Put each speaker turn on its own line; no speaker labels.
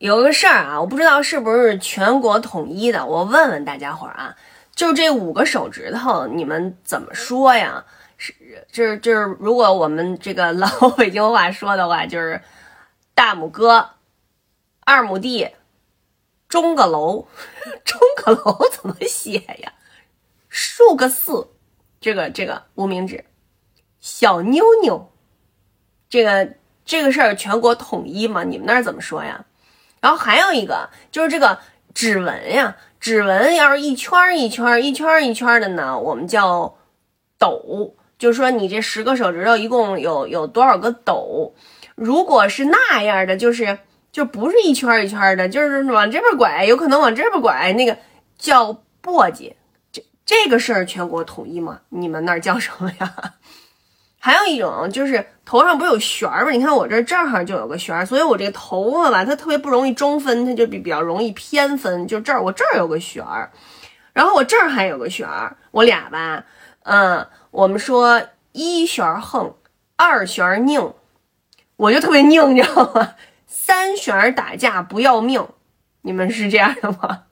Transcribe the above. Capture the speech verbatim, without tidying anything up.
有个事儿啊，我不知道是不是全国统一的，我问问大家伙儿啊，就这五个手指头，你们怎么说呀？是，就是就是，如果我们这个老北京话说的话，就是大拇哥、二拇弟、中个楼，中个楼怎么写呀？竖个四，这个这个无名指，小妞妞，这个这个事儿全国统一吗？你们那儿怎么说呀？然后还有一个就是这个指纹呀，指纹要是一圈一圈一圈一圈的呢，我们叫斗，就是说你这十个手指头一共有有多少个斗。如果是那样的，就是就不是一圈一圈的，就是往这边拐，有可能往这边拐，那个叫簸箕。这这个事儿全国统一吗？你们那儿叫什么呀？还有一种就是头上不是有旋儿吗？你看我这正好就有个旋儿，所以我这个头发吧，它特别不容易中分，它就比比较容易偏分。就这儿，我这儿有个旋儿，然后我这儿还有个旋儿，我俩吧，嗯，我们说一旋横，二旋拧，我就特别拧，你知道吗？三旋打架不要命，你们是这样的吗？